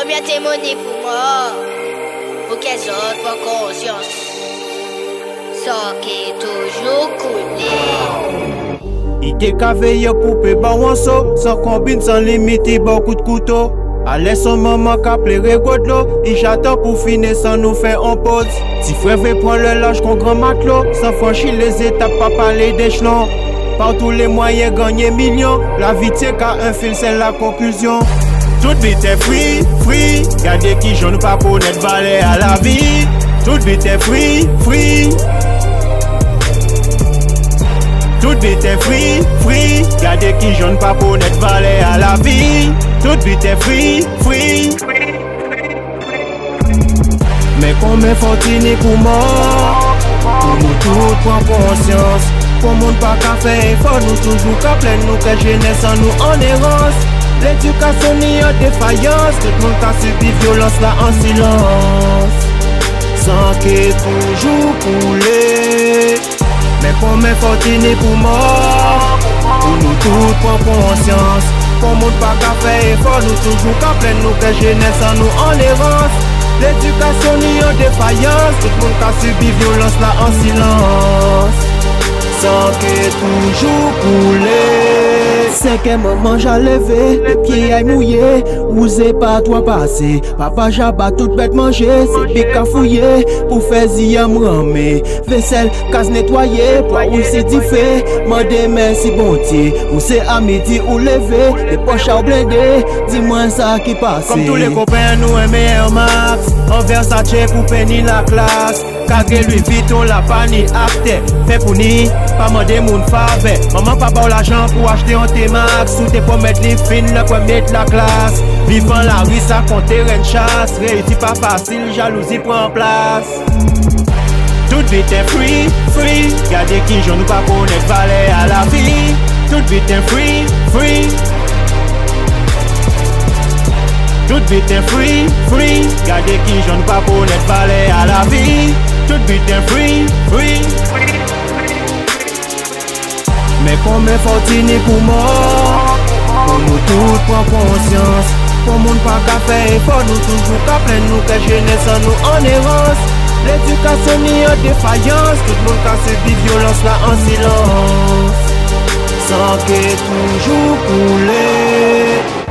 Première témoignée pour moi, pour qu'elles autres prennent conscience. Ça qui est toujours coulé. Il te ka veille poupée ba wanso, sans combine, sans limite, beaucoup de couteaux. Allez son maman ka plere godlo, il j'attend pour finir sans nous faire en pause. Si frère veut prendre le large qu'on grand matelot, sans franchir les étapes, pas parler d'échelon. Par tous les moyens gagner millions, la vie tient qu'à un fil, c'est la conclusion. Tout vite est free, gardez qui j'en pas connaître valeur à la vie. Tout vite est free. Tout vite est free, gardez qui j'en pas connaître valeur à la vie. Tout vite est free. Mais combien faut-il pour mort? Pour nous tous prendre conscience. Pour monde pas qu'à faire, faut nous toujours qu'à plaindre nous que jeunesse en nous en errance. L'éducation n'y a défaillance, tout le monde a subi violence là en silence. Sans qu'il toujours couler. Mais combien faut-il pour mort? Pour nous tous prendre conscience. Pour monde pas qu'à faire, faut nous toujours qu'à plaindre nous que jeunesse en nous en errance. L'éducation n'y a défaillance, tout le monde a subi violence là en silence. Sans que toujours couler. Cinquième moment j'ai levé, les pieds aillent mouillés. Ousez pas toi passer, papa j'abat toute bête manger. C'est pique à fouiller, pour faire zia m'ramer. Vaisselle, casse nettoyer, pour ou c'est diffé. Mandez merci bon Dieu, ou c'est à midi ou lever. Les poches à blindé, dis-moi ça qui passe. Comme tous les copains nous aimons Air Max. En Versace pour penny la classe. Kage lui vite on la pani acte. Fait pour ni, pas mandé moun fave. Maman pas ba l'argent pour acheter un T-Max. Ou t'es pour mettre les fines, là pour mettre la classe. Vivant la rue ça compte terrain de chasse. Réussite pas facile, jalousie prend place. Tout vite est free. Gardez qui j'en nous pas connaître valeur à la vie. Tout vite est free. Tout vite est free. Gardez qui j'en nous pas connaître valeur à la vie. Tout vite est free. Mais combien faut-il pour mort? Pour nous tous prendre conscience. Pour monde pas qu'à faire, faut nous toujours qu'à plaindre nous que jeunesse en nous en errance. L'éducation n'y a défaillance, tout le monde a subi violence là en silence. Sans que toujours couler.